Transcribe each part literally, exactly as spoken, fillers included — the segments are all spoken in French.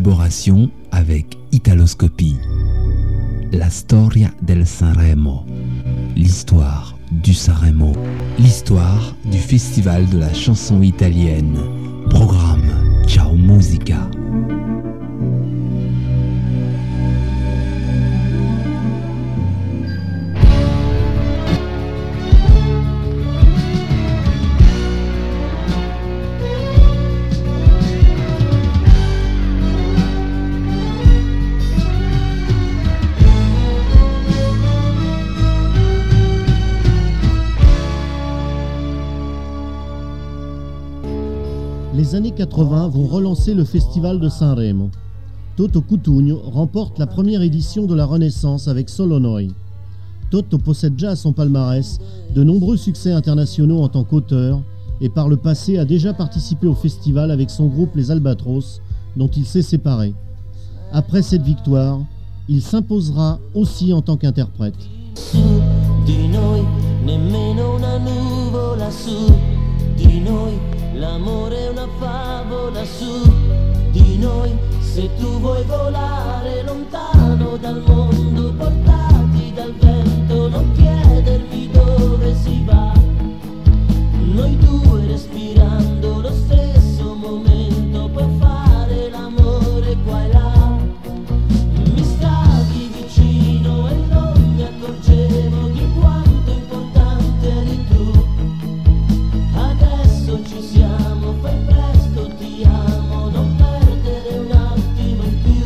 collaboration avec Italoscopie. La storia del Sanremo, l'histoire du Sanremo, l'histoire du festival de la chanson italienne. Programme Ciao Musica. Les années quatre-vingts vont relancer le festival de Sanremo. Toto Cutugno remporte la première édition de la Renaissance avec Solo Noi. Toto possède déjà à son palmarès de nombreux succès internationaux en tant qu'auteur et par le passé a déjà participé au festival avec son groupe Les Albatros, dont il s'est séparé. Après cette victoire, il s'imposera aussi en tant qu'interprète. Su di noi nemmeno una nuvola, su di noi l'amore è una favola, su di noi se tu vuoi volare lontano dal mondo, portati dal vento, non chiedermi dove si va, noi due respirando lo stesso momento, puoi fare l'amore qua e là, mi stavi vicino e non mi accorgevo di quanto importante eri tu, adesso ci siamo, fai presto, ti amo, non perdere un attimo in più.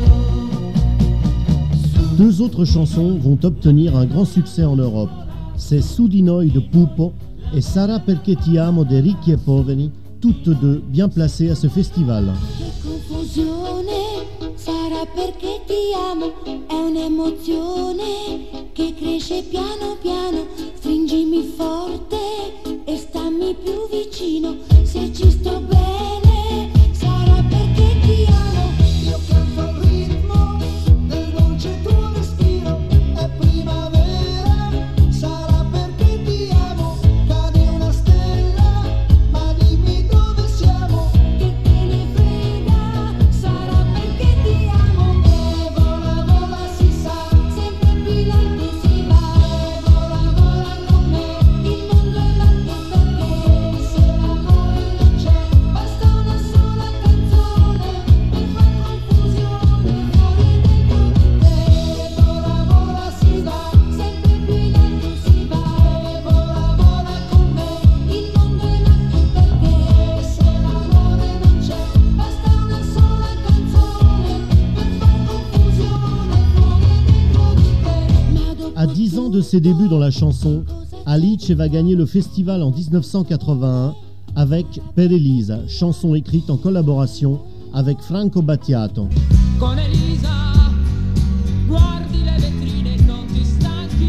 Deux autres chansons vont obtenir un grand succès en Europe. C'est Su di noi de Pupo et Sarà perché ti amo de Ricchi e Poveri, toutes deux bien placées à ce festival. Che confusione, sarà perché ti amo, è un'emozione che cresce piano piano, stringimi forte e stammi più vicino, se ci sto bene, sarà perché ti amo. Io canto al ritmo del dolce tuo respiro, è primavera, sarà perché ti amo, cade una stella, ma dimmi dove siamo, Che te ne frega, sarà perché ti amo. e vola vola si sa, Sempre più in alto si va, e vola vola con me, il mondo è largo perché se l'amore non c'è, basta una sola canzone per far confusione fuori dentro di te. e vola vola si va, Sempre più in alto si va, e vola vola con me, il mondo è largo perché se l'amore non c'è, basta una sola canzone per far confusione fuori dentro di te. Ma dopo À dix ans de ses débuts dans la chanson, Alice va gagner le festival en dix-neuf cent quatre-vingt-un avec Per Elisa, chanson écrite en collaboration avec Franco Battiato. Con Elisa guardi le vetrine, non ti stanchi,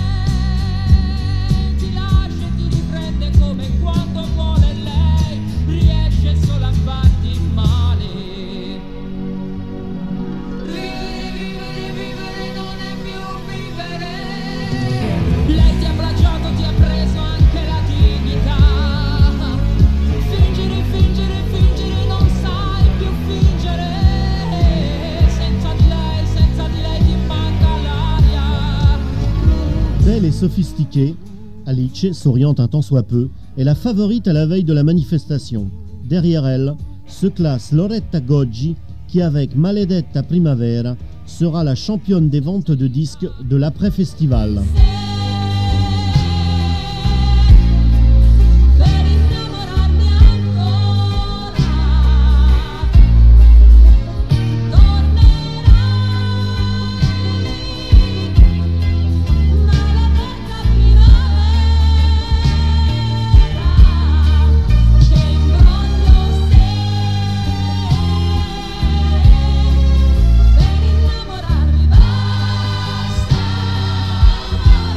lei ti lascia e ti riprende come quando vuole lei, riesce solo a farti male. Vivere, vivere, vivere non è più vivere. Lei ti ha plagiato, ti ha preso anche la dignità. Fingere, fingere, fingere, non sai più fingere. Senza di lei, senza di lei ti manca l'aria. Belle et sophistiquée, Alice s'oriente un tant soit peu, est la favorite à la veille de la manifestation. Derrière elle se classe Loretta Goggi qui, avec Maledetta Primavera, sera la championne des ventes de disques de l'après-festival. Per innamorarmi ancora tornerà maledetta primavera che imbroglio se per innamorarmi basta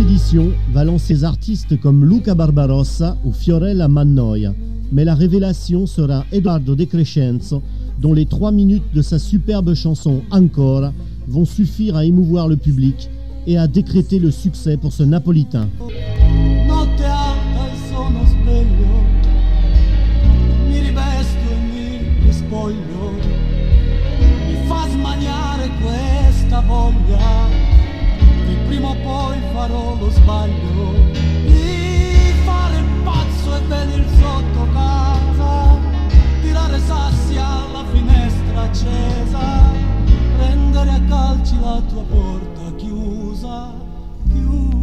édition va lancer des artistes comme Luca Barbarossa ou Fiorella Mannoia, mais la révélation sera Edoardo De Crescenzo, dont les trois minutes de sa superbe chanson Ancora vont suffire à émouvoir le public et à décréter le succès pour ce napolitain. Notte alta e sono sveglio, mi rivesto e mi rispoglio, mi fa smaniare questa voglia, che prima o poi farò lo sbaglio di fare il pazzo e venir sotto casa, tirare sassi alla finestra accesa, prendere a calci la tua porta chiusa, chiusa.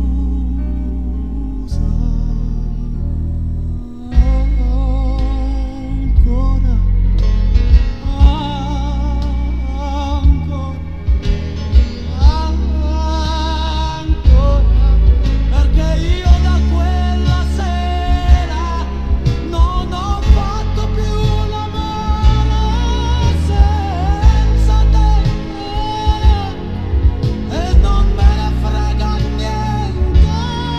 Ancora, ancora, ancora, perché io da quella sera non ho fatto più l'amore senza te, e non me ne frega niente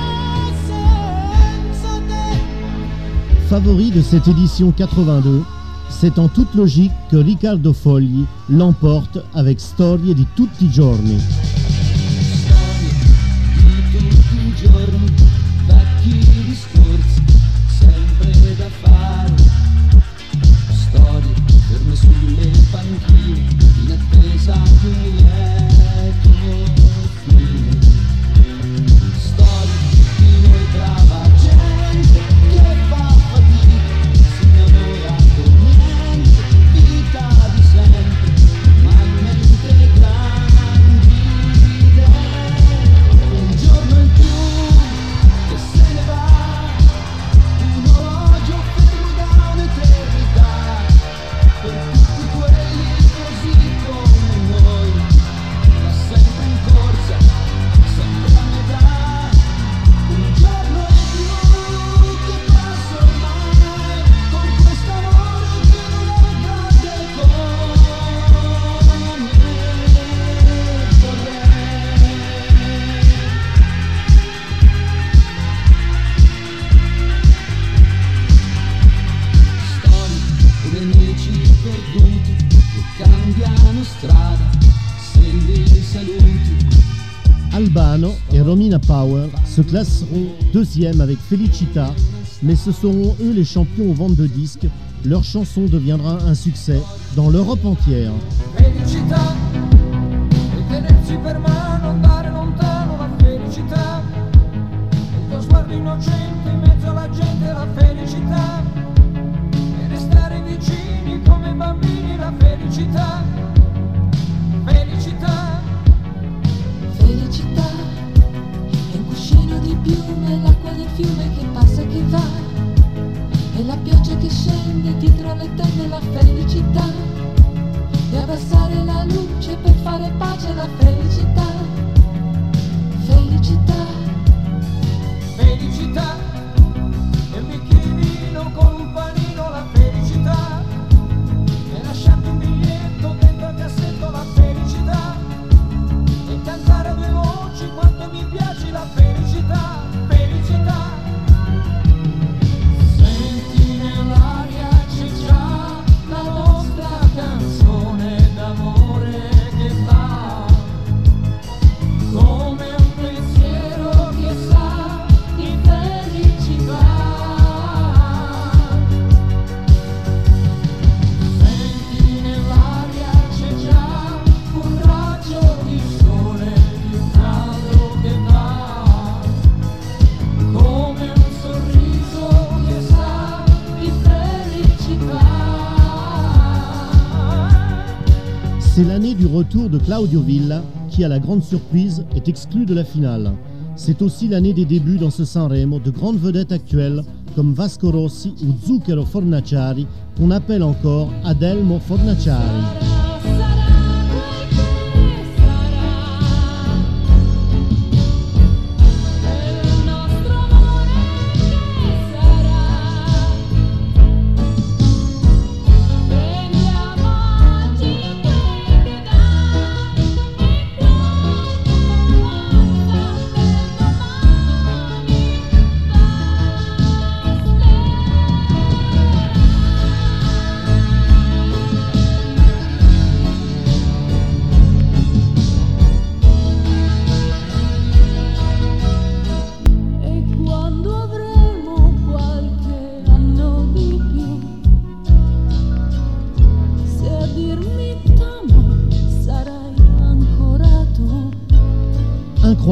senza te. Favori de cette édition quatre-vingt-deux, c'est en toute logique que Riccardo Fogli l'emporte avec Storie di tutti i giorni. Storie di tutti i giorni, vecchi discorsi, sempre da fare. Storie ferme sulle panchine, in attesa di un lieto fine. Storie di noi brava gente che fa fatica, si innamora con niente, vita di sempre, ma in mente grandi idee. Un giorno in più che se ne va, un orologio fermo da un'eternità, per tutti quelli così come noi, va sempre in corsa, sempre a metà. Un giorno in più che passa ormai, con quest'amore che non è grande come Storie di amici perduti che cambiano strada, se li saluti. Albano et Romina Power se classeront deuxième avec Felicita, mais ce seront eux les champions aux ventes de disques. Leur chanson deviendra un succès dans l'Europe entière. Felicità, e tenersi per mano, andare lontano, la felicità, il tuo sguardo innocente in mezzo alla gente, la felicità, e restare vicini come bambini, la felicità, felicità. Felicità è un cuscino di piume, l'acqua del fiume che passa e che va, e la pioggia che scende dietro le tende, la felicità, e abbassare la luce per fare pace, la felicità, felicità. Felicità, e un bicchiere di vino con un panino, la felicità, e lasciarti un biglietto dentro al cassetto, la felicità, e cantare a due voci quanto mi piace, la felicità, felicità. Senti nell'aria c'è già la nostra canzone d'amore che va, come un pensiero che sa di felicità. Senti nell'aria c'è già un raggio di sole, di un caldo che va, come un sorriso che sa di felicità. C'est l'année du retour de Claudio Villa qui, à la grande surprise, est exclu de la finale. C'est aussi l'année des débuts dans ce Sanremo de grandes vedettes actuelles comme Vasco Rossi ou Zucchero Fornaciari, qu'on appelle encore Adelmo Fornaciari.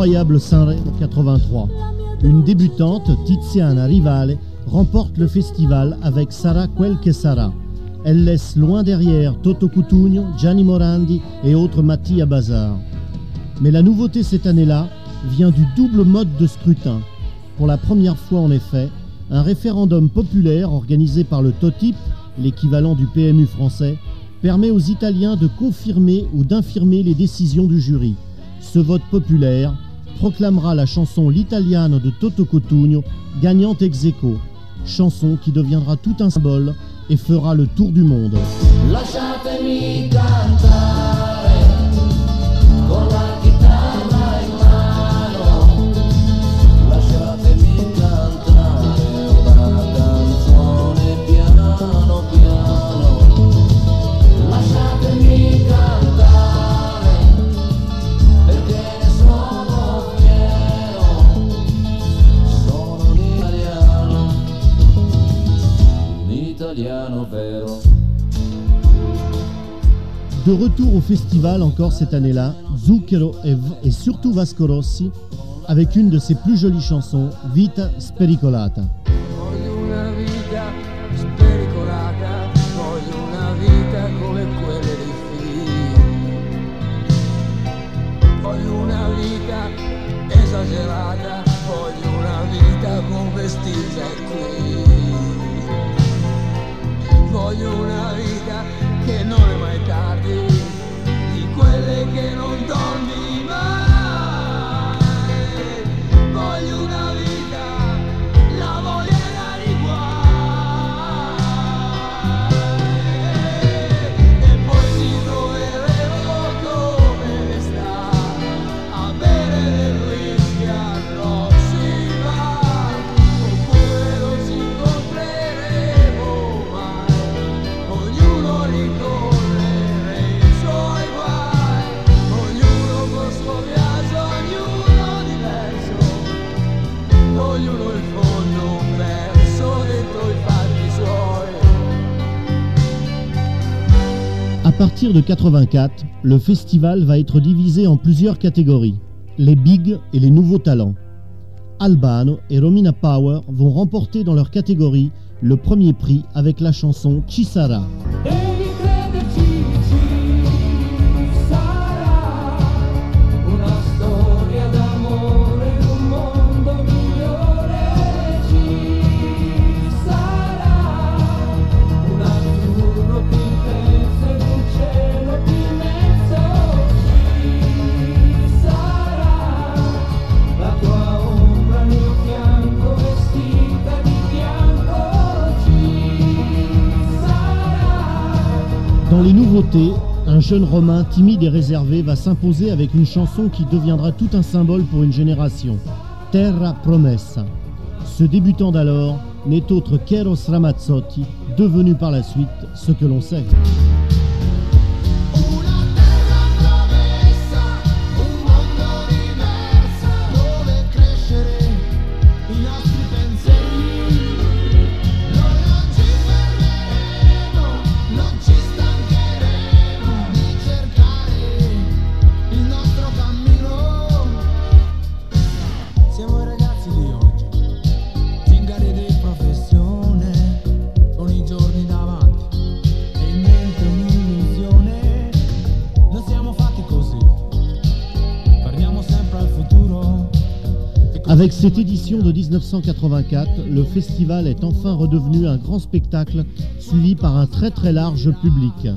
l'incroyable Sanremo quatre-vingt-trois. Une débutante, Tiziana Rivale, remporte le festival avec Sarà quel che sarà. Elle laisse loin derrière Toto Cutugno, Gianni Morandi et autres Mattia Bazar. Mais la nouveauté cette année-là vient du double mode de scrutin. Pour la première fois en effet, un référendum populaire organisé par le TOTIP, l'équivalent du P M U français, permet aux Italiens de confirmer ou d'infirmer les décisions du jury. Ce vote populaire proclamera la chanson L'Italiano de Toto Cutugno gagnante ex aequo, chanson qui deviendra tout un symbole et fera le tour du monde. Lasciatemi cantare con la chitarra in mano, lasciatemi cantare una canzone piano piano, lasciatemi cantare perché ne sono fiero, sono un italiano, un italiano vero. De retour au festival encore cette année-là, Zucchero et, v- et surtout Vasco Rossi, avec une de ses plus jolies chansons, Vita Spericolata. Voglio una vita spericolata, voglio una vita come quelle dei film. Voglio una vita esagerata, voglio una vita con vestita e qui. Voglio una vita che non è mai tardi, di quelle che non dormi mai. Voglio una vita, la voglia di guai. E poi ci troveremo come ne sta, a bere del whisky a Roxy Bar, oppure non ci incontreremo mai, ognuno ricorrere i suoi guai, ognuno col suo viaggio, ognuno diverso, ognuno in fondo un verso dentro i fatti suoi. À partir de quatre-vingt-quatre, le festival va être divisé en plusieurs catégories, les bigs et les nouveaux talents. Albano et Romina Power vont remporter dans leur catégorie le premier prix avec la chanson Ci sarà. Devi crederci, ci sarà una storia d'amore in un mondo migliore. Ci sarà un azzurro più intenso ed un cielo più immenso. Ci sarà la tua ombra al mio fianco vestita di bianco. Ci sarà. Dans les nouveautés, un jeune Romain timide et réservé va s'imposer avec une chanson qui deviendra tout un symbole pour une génération, Terra Promessa. Ce débutant d'alors n'est autre qu'Eros Ramazzotti, devenu par la suite ce que l'on sait. Una terra promessa, un mondo diverso dove crescere i nostri pensieri. Noi non ci fermeremo, non ci stancheremo di cercare il nostro cammino. Siamo i ragazzi di oggi, zingari di professione, con i giorni davanti e in mente un'illusione. Non siamo fatti così, guardiamo sempre al futuro. E così Avec cette édition de dix-neuf cent quatre-vingt-quatre, le festival est enfin redevenu un grand spectacle suivi par un très très large public.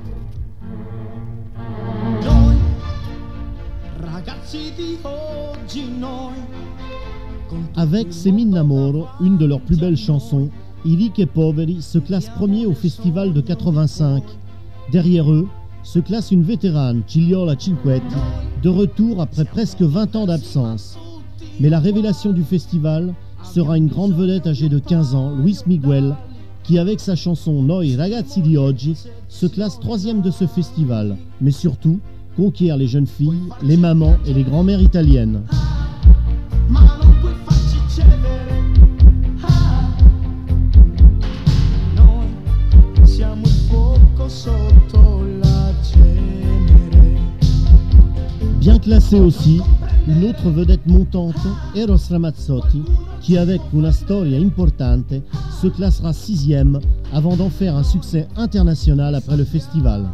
Noi, ragazzi di oggi, noi. con Avec Semina Moro, une de leurs plus belles chansons, I ricchi e poveri se classe premier au festival de quatre-vingt-cinq. Derrière eux se classe une vétérane, Gigliola Cinquetti, de retour après presque vingt ans d'absence. Mais la révélation du festival sera une grande vedette âgée de quinze ans, Luis Miguel, qui avec sa chanson Noi ragazzi di oggi se classe troisième de ce festival, mais surtout conquiert les jeunes filles, les mamans et les grand-mères italiennes. Ma non puoi farci cedere. Ah. Noi siamo il fuoco sotto la cenere. Bien classé aussi, une autre vedette montante, Eros Ramazzotti, qui avec Una Storia Importante se classera sixième avant d'en faire un succès international après le festival.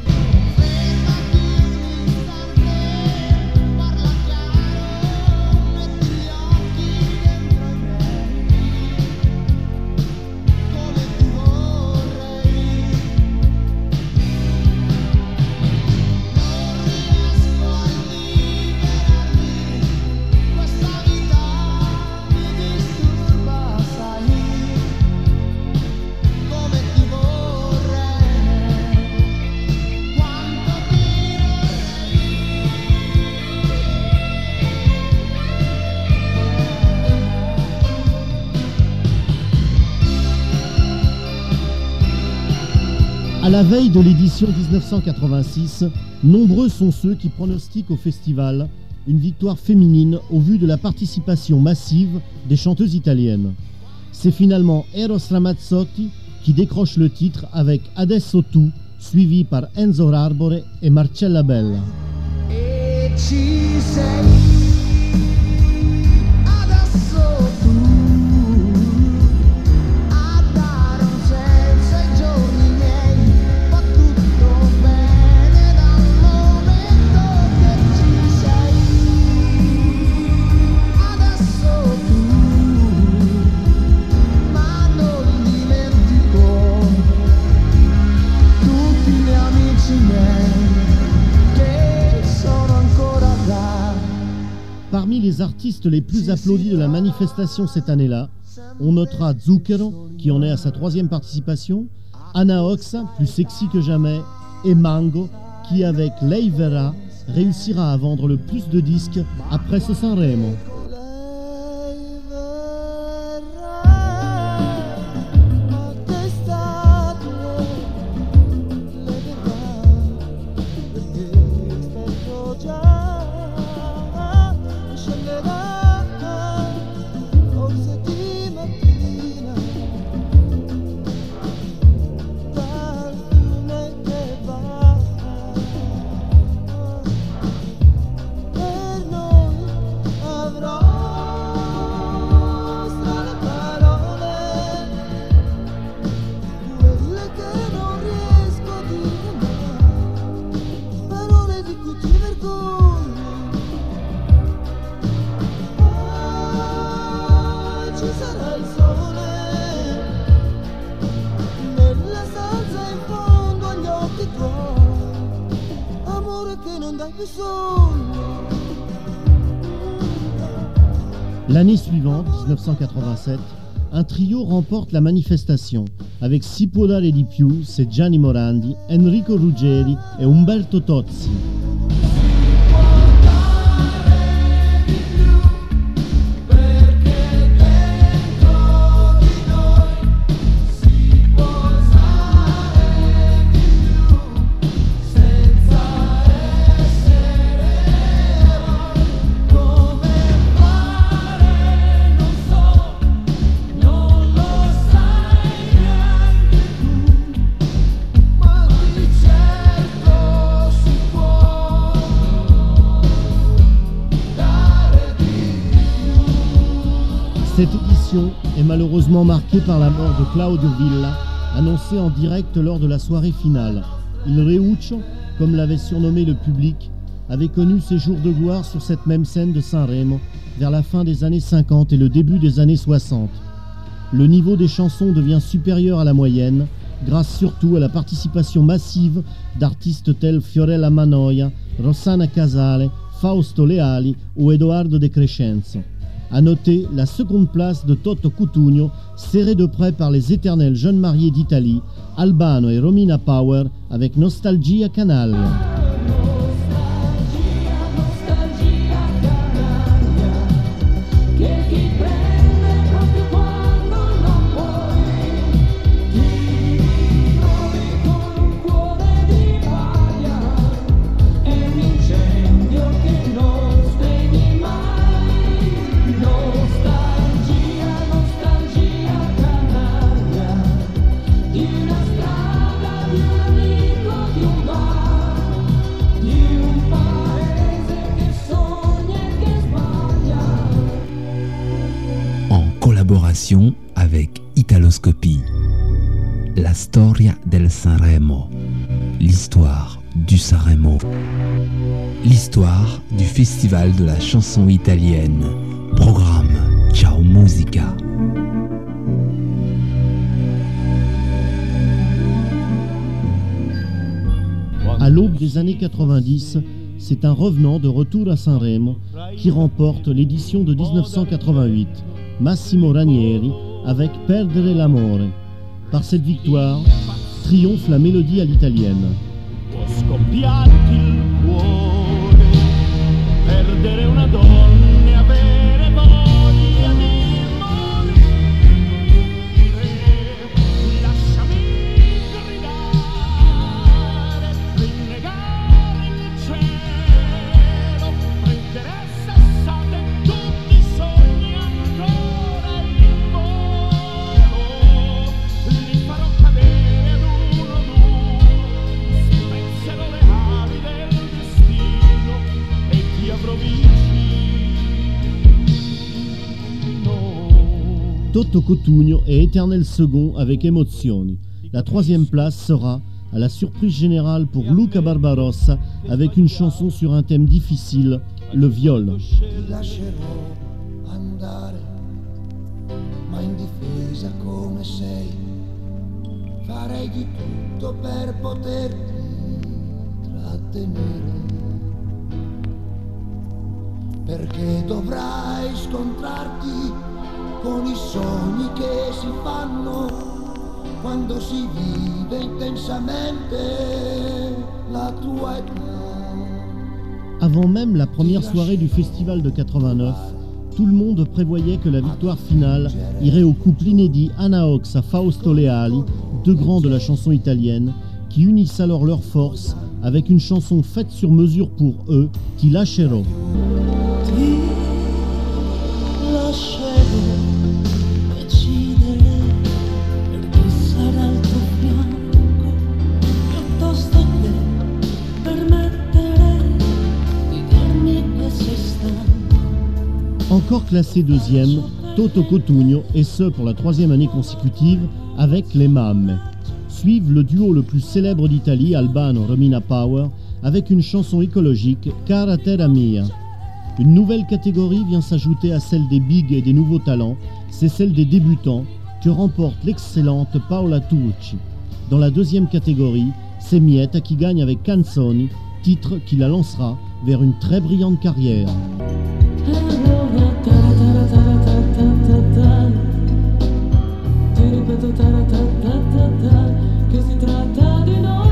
À la veille de l'édition dix-neuf cent quatre-vingt-six, nombreux sont ceux qui pronostiquent au festival une victoire féminine au vu de la participation massive des chanteuses italiennes. C'est finalement Eros Ramazzotti qui décroche le titre avec Adesso tu, suivi par Enzo Arbore et Marcella Bella. E ci sei, adesso tu, a dare un senso ai giorni miei, va tutto bene dal momento che ci sei, adesso tu, ma non dimentico tutti gli amici miei che sono ancora là. Parmi les artistes les plus applaudis de la manifestation cette année-là, on notera Zucchero, qui en est à sa troisième participation, Anna Oxa, plus sexy que jamais, et Mango, qui avec Lei Verrà réussira à vendre le plus de disques après ce Sanremo. Lei verrà, ma d'estate lei verrà, perché aspetto già, scenderà, forse di mattina, dal fiume che va. Per noi avrò strane parole, quelle che non riesco a dire mai, parole di cui ti vergogni. Ah, ci sarà il sole nella stanza in fondo agli occhi tuoi, amore che non dai più sogno. L'année suivante, dix-neuf cent quatre-vingt-sept, un trio remporte la manifestation avec Si può dare di più, c'est Gianni Morandi, Enrico Ruggeri et Umberto Tozzi. Cette édition est malheureusement marquée par la mort de Claudio Villa, annoncée en direct lors de la soirée finale. Il Reuccio, comme l'avait surnommé le public, avait connu ses jours de gloire sur cette même scène de Sanremo vers la fin des années cinquante et le début des années soixante. Le niveau des chansons devient supérieur à la moyenne, grâce surtout à la participation massive d'artistes tels Fiorella Mannoia, Rossana Casale, Fausto Leali ou Edoardo De Crescenzo. A noter la seconde place de Toto Cutugno, serré de près par les éternels jeunes mariés d'Italie, Albano et Romina Power, avec Nostalgia Canaglia. Di un paese che sogna e che collaboration avec Italoscopie. La storia del Sanremo, l'histoire du Sanremo, l'histoire du festival de la chanson italienne. Programme Ciao Musica. À l'aube des années quatre-vingt-dix, c'est un revenant de retour à Sanremo qui remporte l'édition de dix-neuf cent quatre-vingt-huit, Massimo Ranieri, avec Perdere l'amore. Par cette victoire, triomphe la mélodie à l'italienne. Può scoppiarti il cuore, perdere una donna e avere voglia di morire. Lasciami gridare, rinnegare il cielo, prendere sassate tutti i sogni ancora in volo. Li farò cadere ad uno ad uno, spezzerò le ali del destino e ti avrò vicino. Toto Cutugno est éternel second avec Emozioni. La troisième place sera, à la surprise générale pour Luca Barbarossa, avec une chanson sur un thème difficile, le viol. Ti lascerò andare, ma indifesa come sei. Farei di tutto per poterti trattenere. Perché dovrai scontrarti con i sogni che si fanno quando si vive intensamente la tua età. Avant même la première soirée du festival de quatre-vingt-neuf, tout le monde prévoyait que la victoire finale irait au couple inédit Anna Ox à Fausto Leali, deux grands de la chanson italienne, qui unissent alors leurs forces avec une chanson faite sur mesure pour eux, Ti lascerò. Ti lascerò decidere per chi sarà al tuo fianco, piuttosto che permettere di dirmi che sei stanco. Encore classé deuxième, Toto Cutugno, et ce pour la troisième année consécutive, avec Les Mamme. Suivent le duo le plus célèbre d'Italie, Albano Romina Power, avec une chanson écologique, Cara Terra Mia. Une nouvelle catégorie vient s'ajouter à celle des bigs et des nouveaux talents, c'est celle des débutants que remporte l'excellente Paola Turci. Dans la deuxième catégorie, c'est Mietta qui gagne avec Canzoni, titre qui la lancera vers une très brillante carrière. Ti ripeto ta-ra-ta-ta-ta-ta, che si tratta di noi.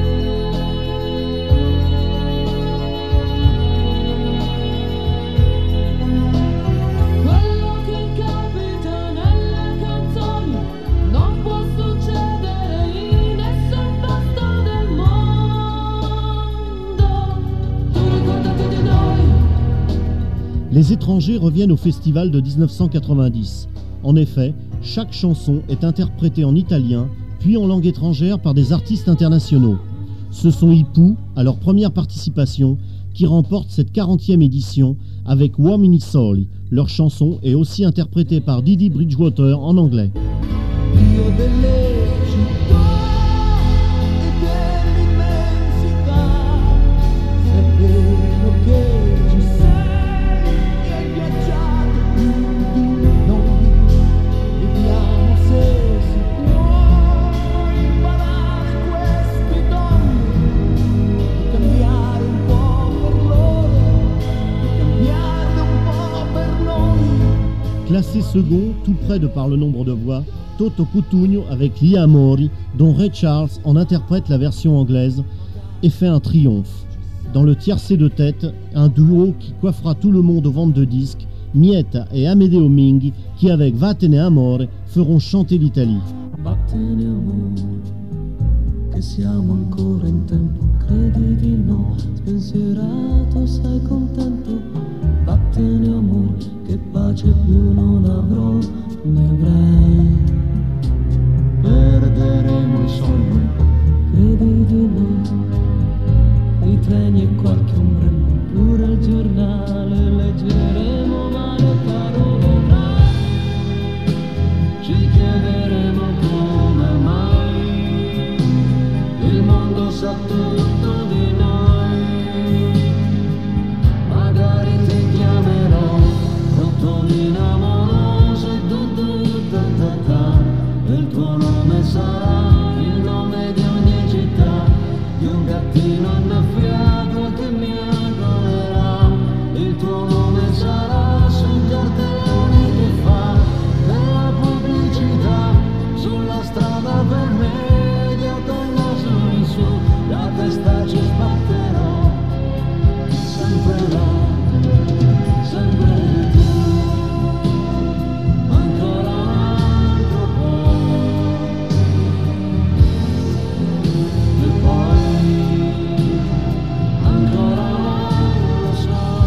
Quello che capita nelle canzoni non può succedere in nessun posto del mondo. Tu ricordati di noi. Les étrangers reviennent au festival de dix-neuf cent quatre-vingt-dix. En effet, chaque chanson est interprétée en italien, puis en langue étrangère par des artistes internationaux. Ce sont Ipu, à leur première participation, qui remportent cette quarantième édition avec Uomini Soli. Leur chanson est aussi interprétée par Didi Bridgewater en anglais. Io delle città e dell'immensità, sapevo che ci sei e hai viaggiato più di noi. Vediamo se si può imparare questi doni, di cambiare un po' per loro, di cambiarne un po' per noi. Classé second, tout près de par le nombre de voix, Toto Cutugno avec Lia Amori, dont Ray Charles en interprète la version anglaise, et fait un triomphe. Dans le tiercé de tête, un duo qui coiffera tout le monde aux ventes de disques, Mietta et Amedeo Minghi, qui avec Vattene Amore feront chanter l'Italie. Vattene amore, che siamo ancora in tempo, credi di no, spensierato sei contento. Vattene amore, che pace più non avrò, ne avrai. Perderemo il sonno, credi di no, i treni e qualche ombrello, pure il giornale leggeremo, ma le parole vedrai. tutto di noi. Magari ti chiamerò Rottolino amoroso, du du da da da. Il tuo nome sarà il nome di ogni città, di un gattino annaffiato che mi adolerà. Il tuo nome sarà sui cartelloni che fa della pubblicità, sulla strada per me, con naso in su, la testa ci sbatterò, sempre là, sempre tu, ancora un altro po', e poi ancora non lo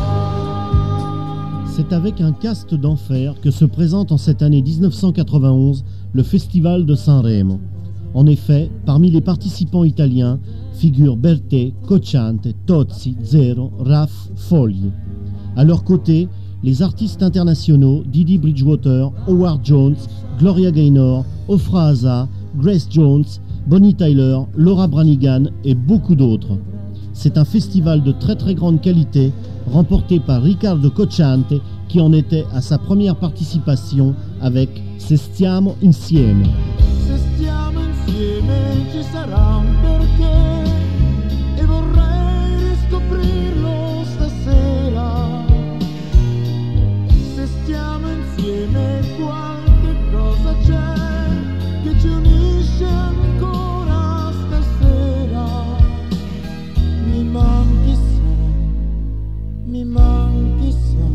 so. C'est avec un caste d'enfer que se présente en cette année dix-neuf cent quatre-vingt-onze le Festival de Sanremo. En effet, parmi les participants italiens figurent Bertè, Cocciante, Tozzi, Zero, Raff, Fogli. À leur côté, les artistes internationaux Didi Bridgewater, Howard Jones, Gloria Gaynor, Ofra Haza, Grace Jones, Bonnie Tyler, Laura Branigan et beaucoup d'autres. C'est un festival de très très grande qualité remporté par Riccardo Cocciante qui en était à sa première participation avec Se stiamo insieme. Se stiamo insieme ci sarà un perché e vorrei riscoprirlo stasera. Se stiamo insieme qualche cosa c'è che ci unisce ancora stasera. Mi manchi sai, mi manchi sai.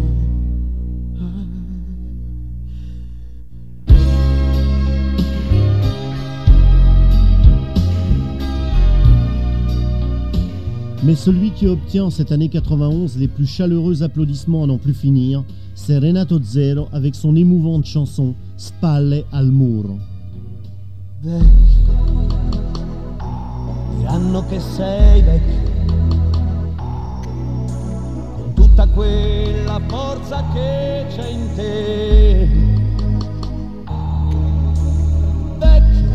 Mais celui qui obtient en cette année quatre-vingt-onze les plus chaleureux applaudissements à n'en plus finir, c'est Renato Zero avec son émouvante chanson Spalle al muro. Vecchio, diranno che sei vecchio, con tutta quella forza che c'è in te. Vecchio,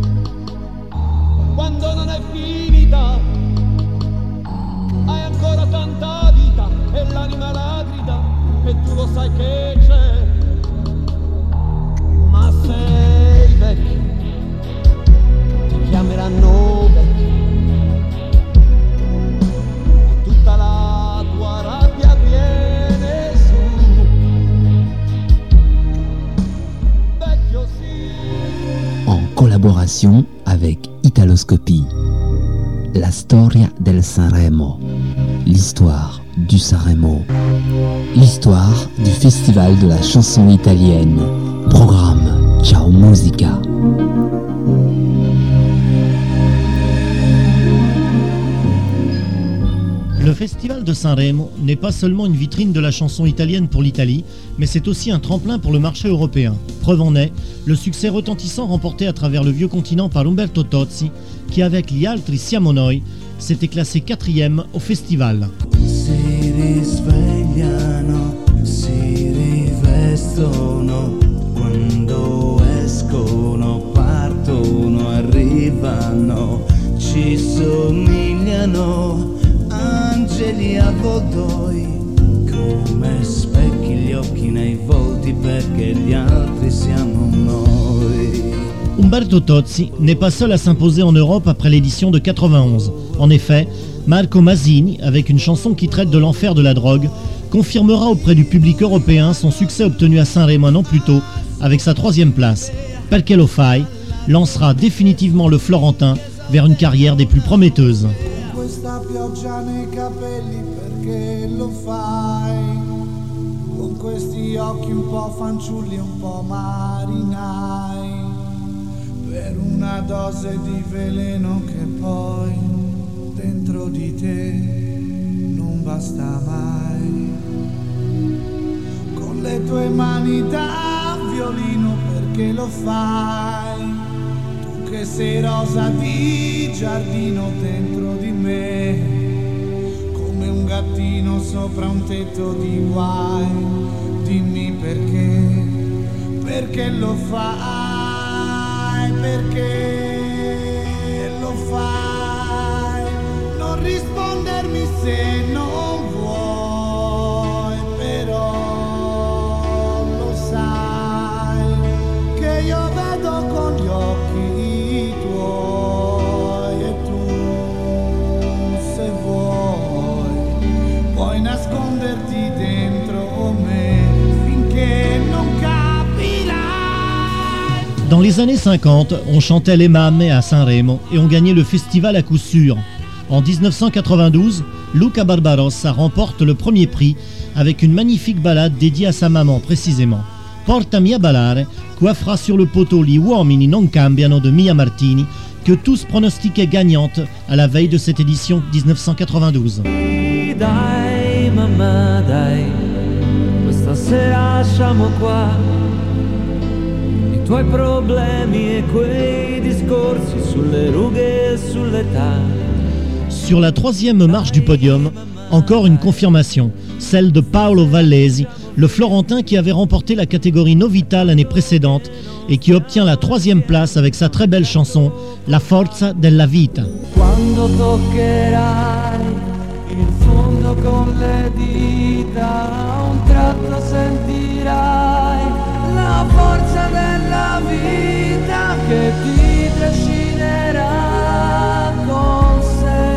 quando non è finita, hai ancora tanta vita e l'anima la grida e tu lo sai che c'è. Ma sei vecchio, ti chiameranno vecchio, e tutta la tua rabbia viene su. Vecchio sì. En collaboration avec Italoscopie. La storia del Sanremo, l'histoire du Sanremo, l'histoire du Festival de la chanson italienne. Programme Ciao Musica. Le Festival de Sanremo n'est pas seulement une vitrine de la chanson italienne pour l'Italie, mais c'est aussi un tremplin pour le marché européen. Preuve en est, le succès retentissant remporté à travers le vieux continent par Umberto Tozzi, qui avec Gli altri siamo noi, s'était classé quatrième au festival. Si risvegliano, si rivestono, quando escono, partono, arrivano, ci somigliano, angeli avvoltoi, come specchi gli occhi nei volti perché gli altri siamo noi. Umberto Tozzi n'est pas seul à s'imposer en Europe après l'édition de quatre-vingt-onze. En effet, Marco Masini, avec une chanson qui traite de l'enfer de la drogue, confirmera auprès du public européen son succès obtenu à Sanremo un an plus tôt avec sa troisième place. Perché lo fai lancera définitivement le Florentin vers une carrière des plus prometteuses. Questa pioggia nei capelli perché lo fai, con questi occhi un po' fanciulli, un po' marinai, per una dose di veleno che poi dentro di te non basta mai, con le tue mani da violino perché lo fai, tu che sei rosa di giardino dentro di me, come un gattino sopra un tetto di guai, dimmi perché, perché lo fai, perché lo fai, rispondermi se non vuoi, però lo sai che io vedo con gli occhi tuoi e tu, se vuoi, puoi nasconderti dentro me finché non capirai. Dans les années cinquante, on chantait les Mamme à Sanremo et on gagnait le festival à coup sûr. En dix-neuf cent quatre-vingt-douze, Luca Barbarossa remporte le premier prix avec une magnifique ballade dédiée à sa maman précisément. Portami a ballare coiffera sur le poteau Gli uomini non cambiano de Mia Martini, que tous pronostiquaient gagnante à la veille de cette édition dix-neuf cent quatre-vingt-douze. Dai mamma dai, questa sera lasciamo qua i tuoi problemi e quei discorsi sulle rughe e sull'età. Sur la troisième marche du podium, encore une confirmation, celle de Paolo Vallesi, le Florentin qui avait remporté la catégorie Novità l'année précédente et qui obtient la troisième place avec sa très belle chanson La forza della vita. Quando toccherai il fondo con le dita, a un tratto sentirai la forza della vita che ti trascinerà con sé.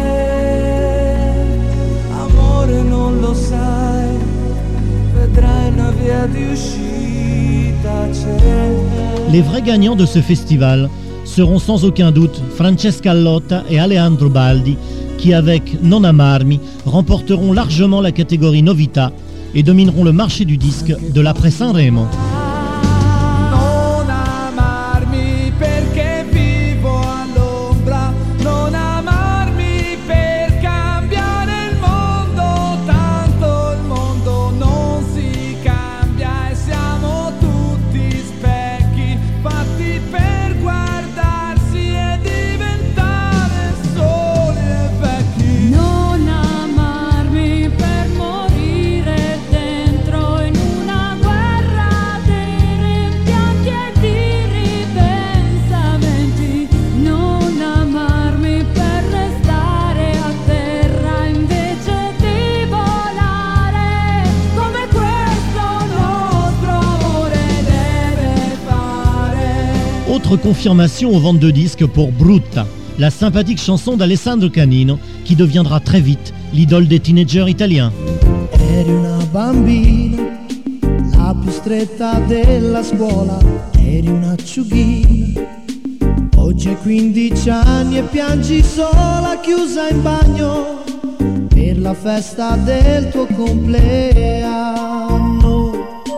Amore, non lo sai, vedrai una via di uscita c'è. Les vrais gagnants de ce festival seront sans aucun doute Francesca Lotta et Alejandro Baldi, qui avec Non Amarmi remporteront largement la catégorie Novità et domineront le marché du disque de l'après Sanremo. Non amarmi perché vivo all'ombra, non amarmi per cambiare il mondo, tanto il mondo non si cambia e siamo tutti specchi fatti per guardarsi e diventare soli e vecchi. Non amarmi per morire dentro in una guerra di rimpianti e di ripensamenti. Non amarmi per restare a terra invece di volare, come questo nostro amore deve fare. Autre confirmation aux ventes de disques pour Brutta, la sympathique chanson d'Alessandro Canino qui deviendra très vite l'idole des teenagers italiens. Eri una bambina, la più stretta della scuola, eri un'acciughina. Oggi hai quindici anni e piangi sola, chiusa in bagno, per la festa del tuo compleanno.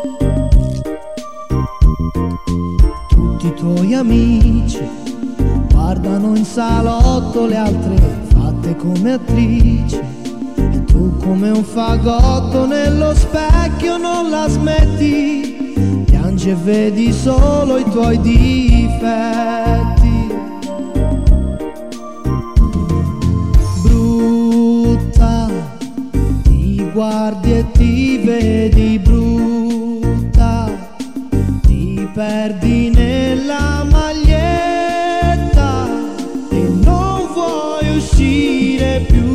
Tutti i tuoi amici guardano in salotto le altre fatte come attrici, e tu come un fagotto nello specchio non la smetti, piangi e vedi solo i tuoi difetti. Brutta, ti guardi e ti vedi brutta, ti perdi nella maglietta e non vuoi uscire più.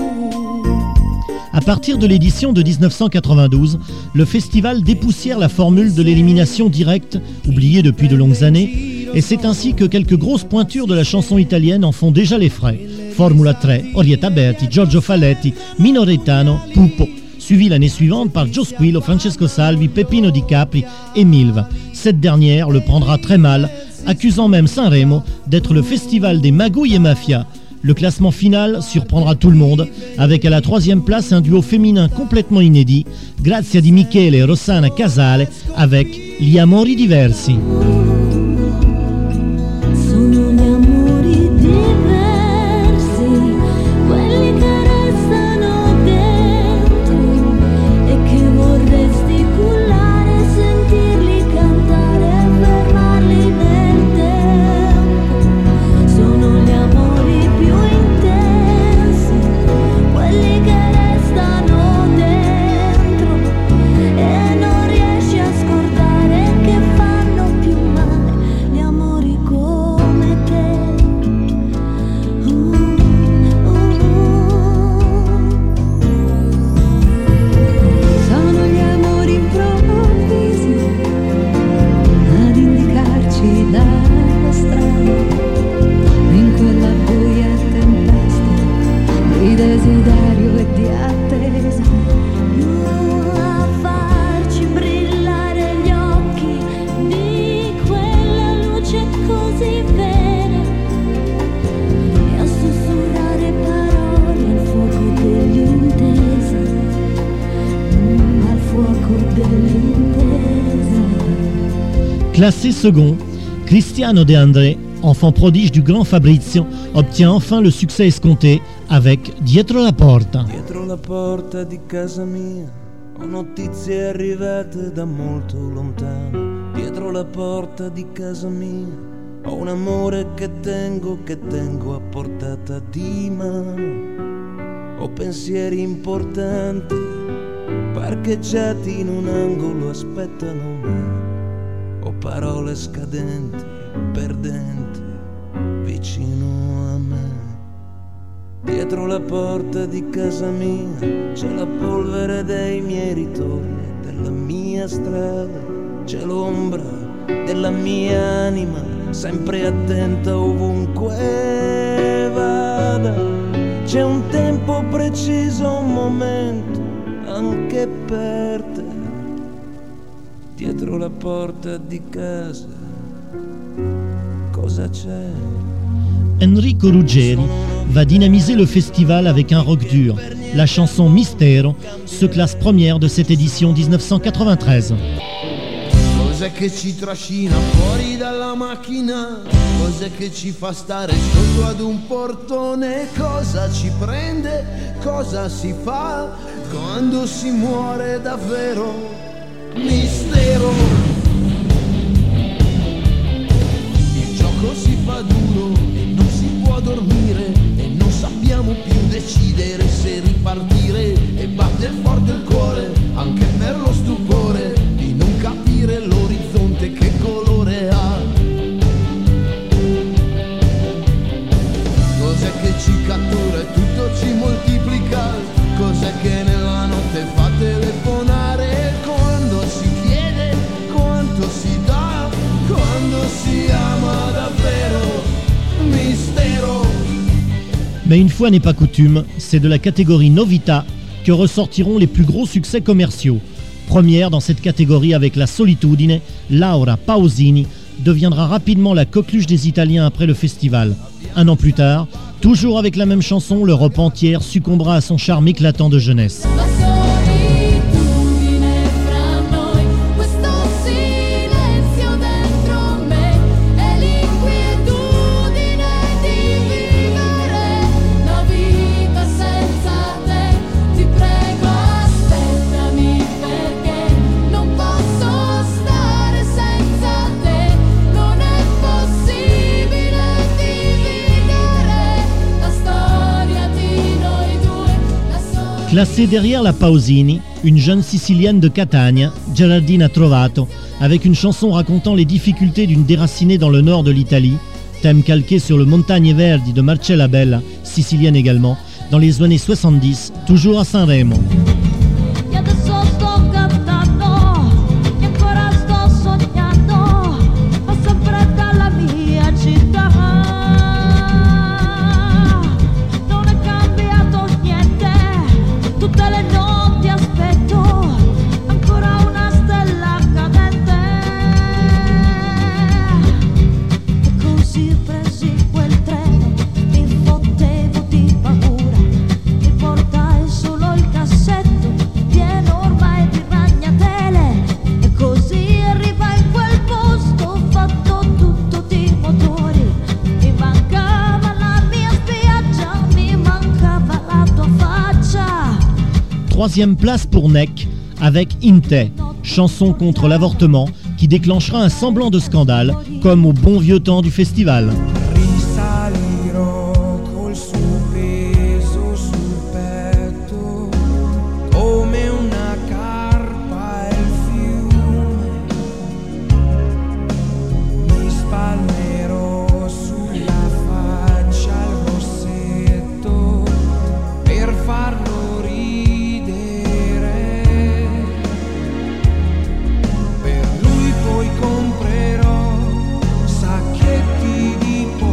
À partir de l'édition de dix-neuf cent quatre-vingt-douze, le festival dépoussière la formule de l'élimination directe, oubliée depuis de longues années, et c'est ainsi que quelques grosses pointures de la chanson italienne en font déjà les frais. Formula tre, Orietta Berti, Giorgio Falletti, Minoretano, Pupo, suivi l'année suivante par Joe Squillo, Francesco Salvi, Peppino Di Capri et Milva. Cette dernière le prendra très mal, accusant même Sanremo d'être le festival des magouilles et mafias. Le classement final surprendra tout le monde, avec à la troisième place un duo féminin complètement inédit, Grazia Di Michele et Rossana Casale, avec Gli amori diversi. Sono gli amori diversi, quelli che restano dentro e che vorresti cullare, sentirli cantare e fermarli nel tempo. Sono gli amori più intensi, quelli che restano dentro e non riesci a scordare, che fanno più male. Classé second, Cristiano De André, enfant prodige du grand Fabrizio, obtient enfin le succès escompté avec Dietro la porta. Dietro la porta di casa mia ho notizie arrivate da molto lontano. Dietro la porta di casa mia ho un amore che tengo, che tengo a portata di mano. Ho pensieri importanti parcheggiati in un angolo aspettano me. Ho parole scadenti, perdenti, vicino a me. Dietro la porta di casa mia c'è la polvere dei miei ritorni, della mia strada, c'è l'ombra della mia anima, sempre attenta ovunque vada. C'è un tempo preciso, un momento anche per te. Dietro la porta di casa cosa c'è? Enrico Ruggeri va dynamiser le festival avec un rock dur. La chanson Mistero se classe première de cette édition dix-neuf cent quatre-vingt-treize. Cos'è che ci trascina fuori dalla macchina? Cos'è che ci fa stare sotto ad un portone? Cosa ci prende? Cosa si fa quando si muore davvero? Mistero. Il gioco si fa duro e non si può dormire e non sappiamo più decidere se ripartire e batte forte il cuore anche per lo stupore di non capire l'orizzonte che colore ha. Cos'è che ci cattura e tutto ci moltiplica? Cos'è che nella notte fa telefonare? Quando si chiede quanto si dà, quando si ama davvero, mistero. Mais une fois n'est pas coutume, c'est de la catégorie Novità que ressortiront les plus gros succès commerciaux. Première dans cette catégorie avec La Solitudine, Laura Pausini deviendra rapidement la coqueluche des Italiens après le festival. Un an plus tard, toujours avec la même chanson, l'Europe entière succombera à son charme éclatant de jeunesse. La solitudine fra noi, questo silenzio dentro me e l'inquietudine di vivere la vita senza te. Ti prego aspettami perché non posso stare senza te. Non è possibile dividere la storia di noi due. La solitudine. Classée derrière la Pausini, une jeune Sicilienne de Catania, Geraldina Trovato, avec une chanson racontant les difficultés d'une déracinée dans le nord de l'Italie, thème calqué sur le Montagne Verdi de Marcella Bella, sicilienne également, dans les années soixante-dix, toujours à Sanremo. E adesso sto cantando, e ancora sto sognando, ma sempre dalla mia città. Non è cambiato niente, tutte le notti aspetto ancora una stella cadente. E così presi quel treno, mi fottevo di paura, mi portai solo il cassetto pieno ormai di ragnatele. E così arrivai in quel posto fatto tutto di motori. Mi mancava la mia spiaggia, mi mancava la tua faccia. Troisième place pour Neck avec Inte, chanson contre l'avortement qui déclenchera un semblant de scandale, comme au bon vieux temps du festival. Risalirò col suo peso sul petto come una carpa il fiume. Mi spalmerò sulla faccia il rossetto per farlo ridere. Per lui poi comprerò sacchetti di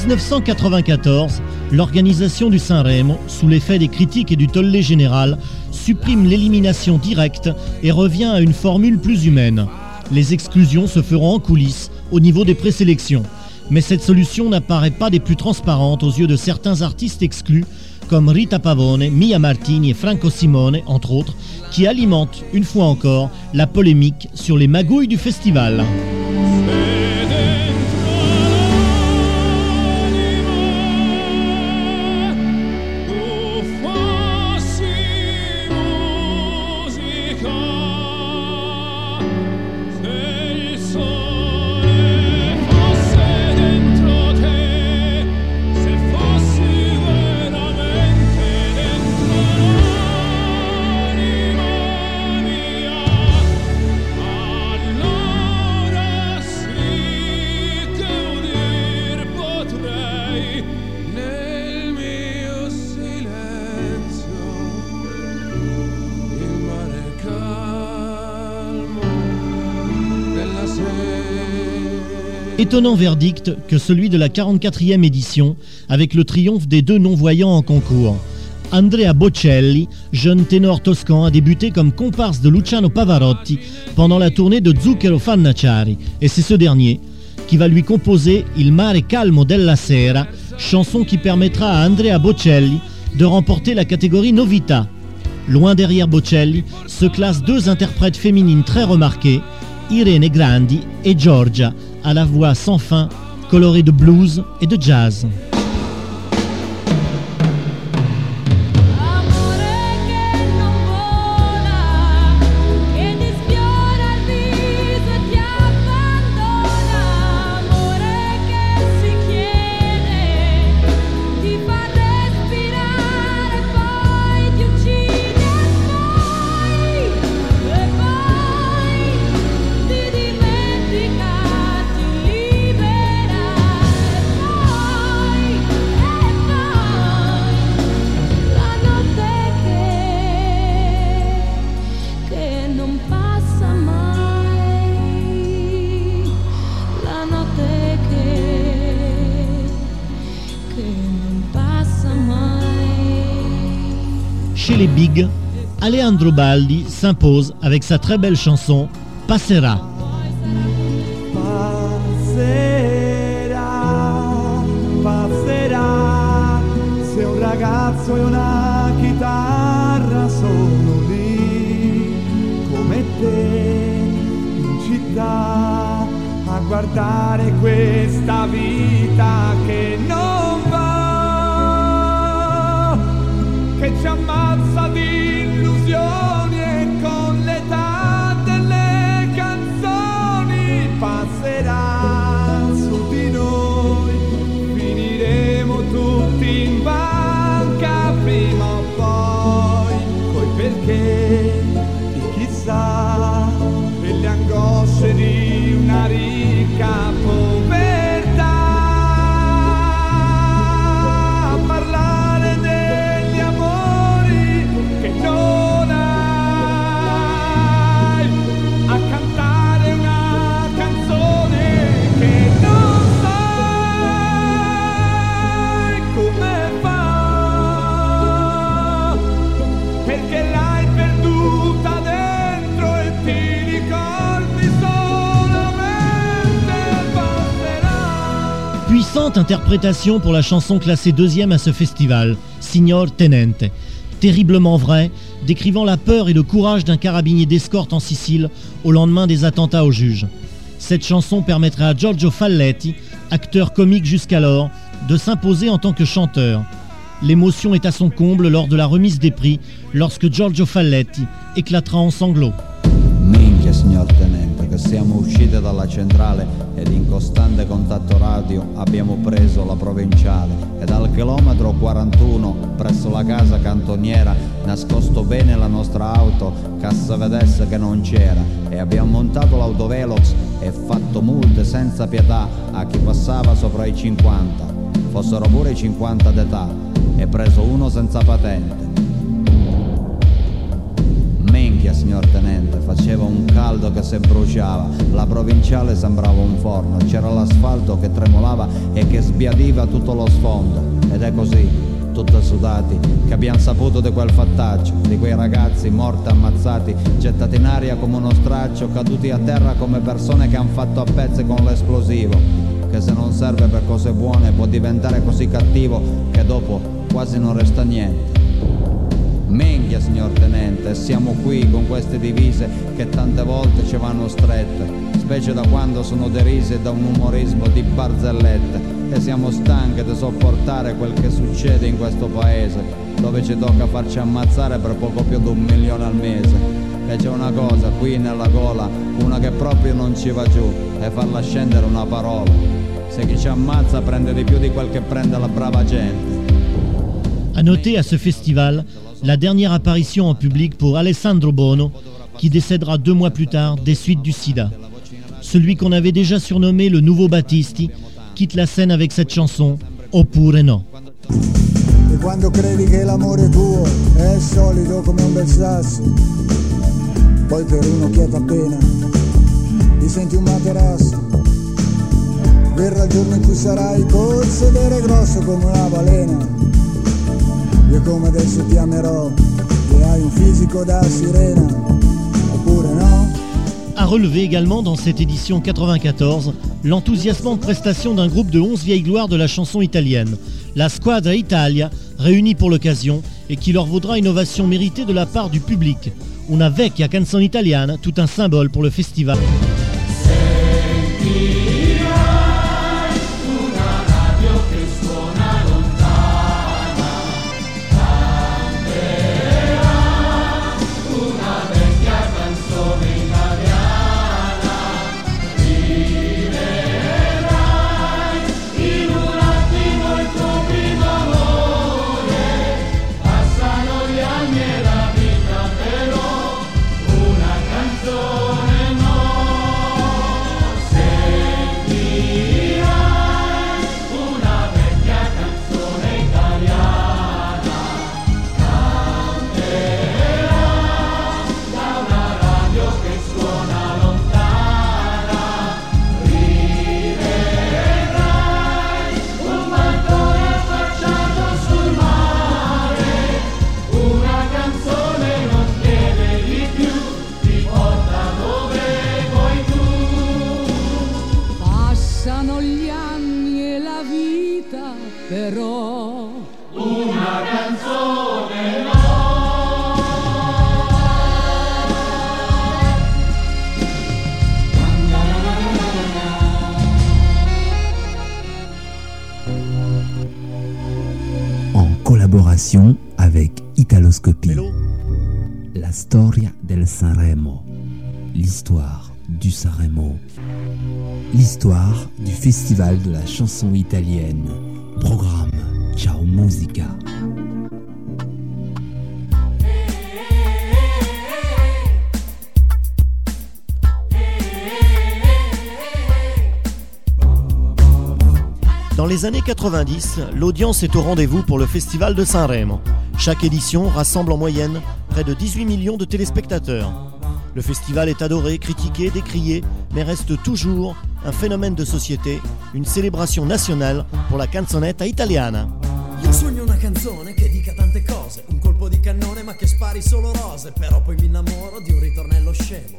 dix-neuf cent quatre-vingt-quatorze, l'organisation du Sanremo, sous l'effet des critiques et du tollé général, supprime l'élimination directe et revient à une formule plus humaine. Les exclusions se feront en coulisses, au niveau des présélections. Mais cette solution n'apparaît pas des plus transparentes aux yeux de certains artistes exclus, comme Rita Pavone, Mia Martini et Franco Simone, entre autres, qui alimentent, une fois encore, la polémique sur les magouilles du festival. Étonnant verdict que celui de la quarante-quatrième édition, avec le triomphe des deux non-voyants en concours. Andrea Bocelli, jeune ténor toscan, a débuté comme comparse de Luciano Pavarotti pendant la tournée de Zucchero Fannacciari, et c'est ce dernier qui va lui composer Il mare calmo della sera, chanson qui permettra à Andrea Bocelli de remporter la catégorie Novità. Loin derrière Bocelli se classent deux interprètes féminines très remarquées, Irene Grandi et Giorgia, à la voix sans fin, colorée de blues et de jazz. Chez les Big, Alejandro Baldi s'impose avec sa très belle chanson Passera. Passerà, passerà, se un ragazzo e una chitarra sono lì come te in città a guardare questa vita che non va, che ci ammazza di illusioni e con l'età delle canzoni passerà su di noi, finiremo tutti in banca prima o poi, coi perché di chissà e le angosce di una ricca povertà. Puissante interprétation pour la chanson classée deuxième à ce festival, Signor Tenente. Terriblement vrai, décrivant la peur et le courage d'un carabinier d'escorte en Sicile au lendemain des attentats aux juges. Cette chanson permettrait à Giorgio Falletti, acteur comique jusqu'alors, de s'imposer en tant que chanteur. L'émotion est à son comble lors de la remise des prix, lorsque Giorgio Falletti éclatera en sanglots. Minchia, signor Tenente, che siamo usciti dalla centrale ed in costante contatto radio abbiamo preso la provinciale ed al chilometro quarantuno presso la casa cantoniera nascosto bene la nostra auto che si vedesse che non c'era e abbiamo montato l'autovelox e fatto multe senza pietà a chi passava sopra i cinquanta, fossero pure i cinquanta d'età, e preso uno senza patente. Minchia, signor Tenente, faceva un caldo caldo che si bruciava, la provinciale sembrava un forno, c'era l'asfalto che tremolava e che sbiadiva tutto lo sfondo. Ed è così, tutti sudati, che abbiamo saputo di quel fattaccio, di quei ragazzi morti ammazzati, gettati in aria come uno straccio, caduti a terra come persone che hanno fatto a pezzi con l'esplosivo, che se non serve per cose buone può diventare così cattivo che dopo quasi non resta niente. Minchia, signor tenente, siamo qui con queste divise che tante volte ci vanno strette, specie da quando sono derise da un umorismo di barzellette, e siamo stanchi di sopportare quel che succede in questo paese, dove ci tocca farci ammazzare per poco più di un milione al mese. E c'è una cosa qui nella gola, una che proprio non ci va giù, e farla scendere una parola. Se chi ci ammazza prende di più di quel che prende la brava gente. À noter à ce festival la dernière apparition en public pour Alessandro Bono, qui décédera deux mois plus tard des suites du sida. Celui qu'on avait déjà surnommé le nouveau Battisti quitte la scène avec cette chanson Oppure no. E quando credi che l'amore tuo è solido come un bel sasso, poi per un'occhiata appena ti senti un materasso. Verrà il giorno in cui sarai col sedere grosso come una balena. Io come adesso ti amerò, e hai un fisico da sirena, oppure no? À relever également dans cette édition quatre-vingt-quatorze l'enthousiasmante prestation d'un groupe de onze vieilles gloires de la chanson italienne, la Squadra Italia, réunie pour l'occasion et qui leur vaudra une ovation méritée de la part du public. Una vecchia canzone italiana, tout un symbole pour le festival. Collaboration avec Italoscopie. La storia del Sanremo. L'histoire du Sanremo. L'histoire du festival de la chanson italienne. Programme Ciao Musica. Dans les années quatre-vingt-dix, l'audience est au rendez-vous pour le Festival de Sanremo. Chaque édition rassemble en moyenne près de dix-huit millions de téléspectateurs. Le festival est adoré, critiqué, décrié, mais reste toujours un phénomène de société, une célébration nationale pour la canzonetta italiana. Io sogno una canzone che dica tante cose, un colpo di cannone ma che spari solo rose, però poi mi innamoro di un ritornello scemo.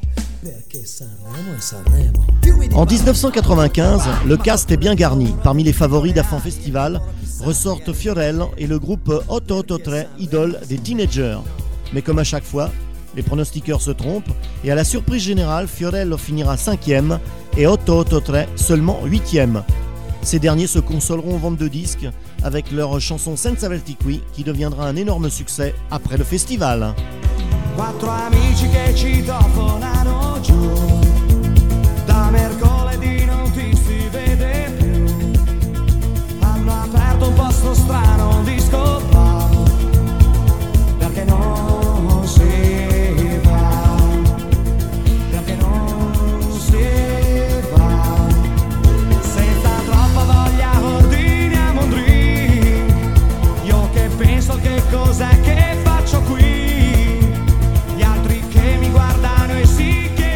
En dix-neuf cent quatre-vingt-quinze, le cast est bien garni. Parmi les favoris d'Afan Festival ressortent Fiorello et le groupe otto otto tre, idole des teenagers. Mais comme à chaque fois, les pronostiqueurs se trompent et à la surprise générale, Fiorello finira cinquième et otto otto tre seulement huitième. Ces derniers se consoleront en vente de disques avec leur chanson Senza averti qui, qui deviendra un énorme succès après le festival. Quattro amici che citofonano giù, da mercoledì non ti si vede più, hanno aperto un posto strano, un disco bar, perché non si va, perché non si va, senza troppa voglia ordiniamo un drink, io che penso che cos'è che faccio qui, mi guardano e si chiedono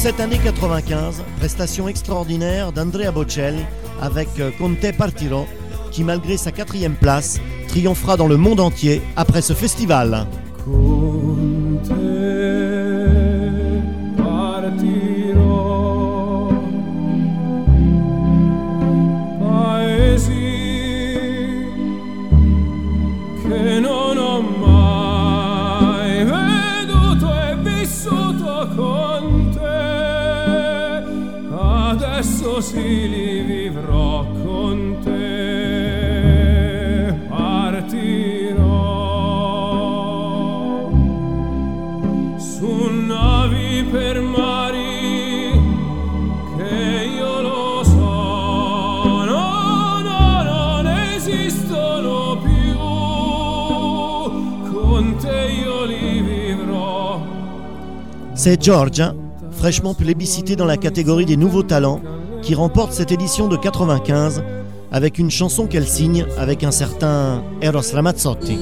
cette année quatre-vingt-quinze, prestation extraordinaire d'Andrea Bocelli avec Con te partirò, qui malgré sa quatrième place, triomphera dans le monde entier après ce festival. Con te partirò, paesi che non ho mai veduto e vissuto con te, adesso sì li vivrò con te, partirò su navi per mari che io lo so, no, no, non esistono più, con te io li vivrò. C'est Georgia, fraîchement plébiscitée dans la catégorie des nouveaux talents, qui remporte cette édition de quatre-vingt-quinze avec une chanson qu'elle signe avec un certain Eros Ramazzotti.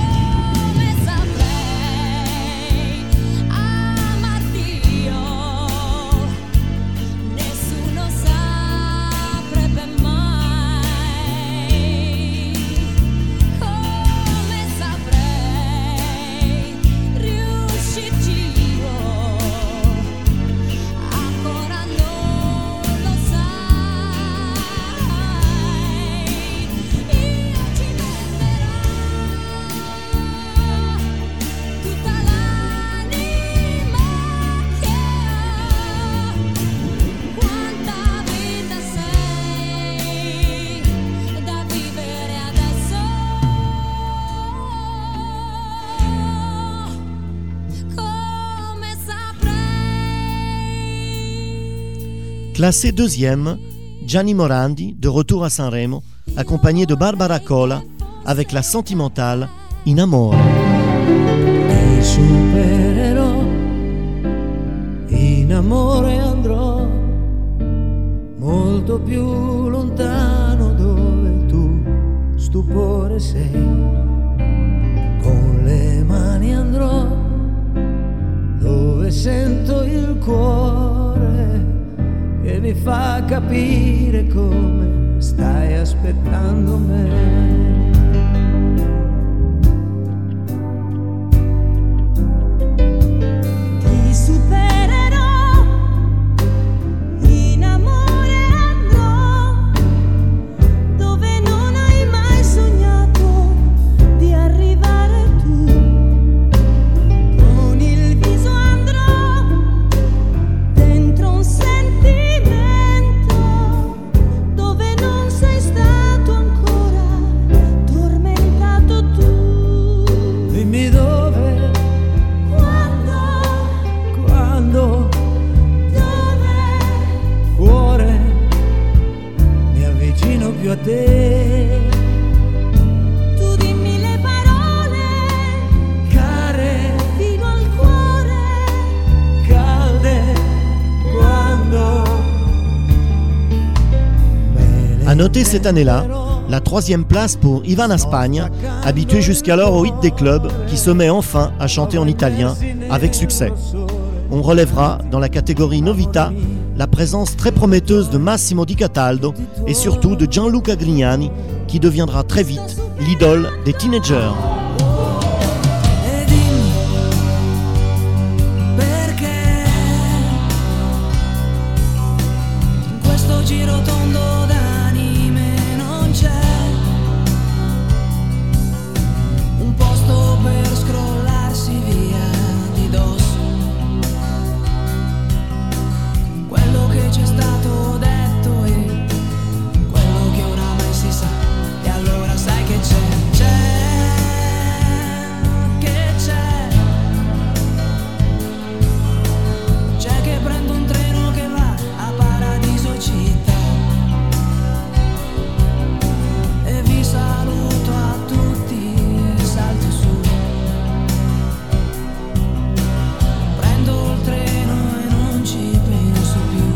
Classé deuxième, Gianni Morandi, de retour à Sanremo, accompagné de Barbara Cola, avec la sentimentale In Amore. Ti supererò, in amore andrò, molto più lontano dove tu stupore sei. Con le mani andrò, dove sento il cuore che mi fa capire come stai aspettando me. Ti supererò, in amore andrò, dove non hai mai sognato di arrivare tu. Con il viso andrò, dentro un sentimento dove non sei stato ancora tormentato tu. Dimmi dove, Quando, quando, dove, cuore, mi avvicino più a te. tu dimmi le parole Care, fino al cuore. calde, quando me le A noter cette année-là, la troisième place pour Ivana Spagna, habituée jusqu'alors au hit des clubs, qui se met enfin à chanter en italien avec succès. On relèvera dans la catégorie Novità la présence très prometteuse de Massimo Di Cataldo et surtout de Gianluca Grignani, qui deviendra très vite l'idole des teenagers. E dimmi perché in questo giro tondo d'anime non c'è un posto per scrollarsi via di dosso quello che c'è stato detto e quello che oramai si sa. E allora sai che c'è, c'è, che c'è, c'è che prendo un treno che va a Paradiso città e vi saluto a tutti e salto su. Prendo il treno e non ci penso più.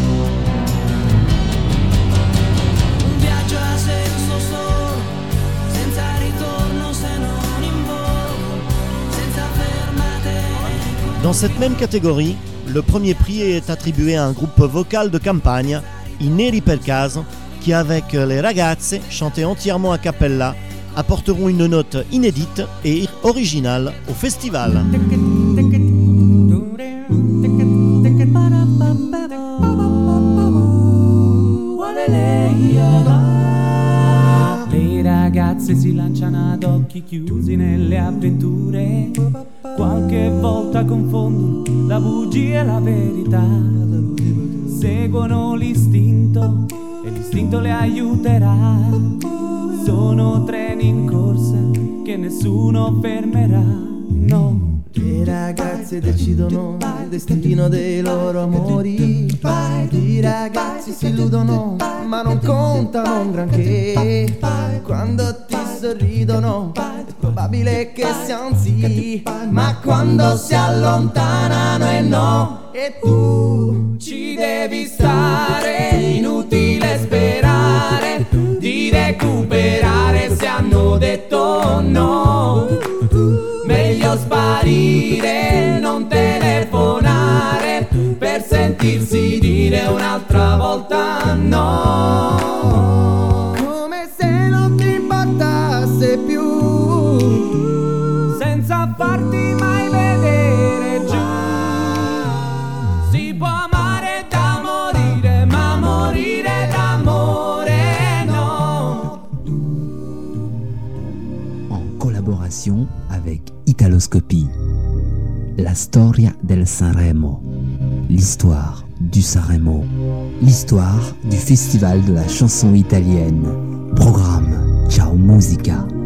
Un viaggio a senso solo, senza ritorno se non in volo, senza fermate. Dans cette même catégorie, le premier prix est attribué à un groupe vocal de campagne, I Neri per Caso, qui avec les ragazze, chantés entièrement a cappella, apporteront une note inédite et originale au festival. Le ragazze si lanciano ad occhi chiusi nelle avventure, qualche volta confondono la bugia e la verità, seguono l'istinto e l'istinto le aiuterà, sono treni in corsa che nessuno fermerà, no. Le ragazze decidono il destino dei loro amori, i ragazzi si illudono ma non contano un granché, quando ti sorridono è probabile che sia un sì, ma quando si allontanano è no, e tu ci devi stare, inutile sperare di recuperare se hanno detto no, meglio sparire, non telefonare per sentirsi dire un'altra volta no, come se non ti importasse più, senza farti mai vedere giù. Si può amare da morire, ma morire d'amore no. En collaboration avec Italoscopie, la storia del Sanremo, l'histoire du Sanremo, l'histoire du festival de la chanson italienne. Programme Ciao Musica.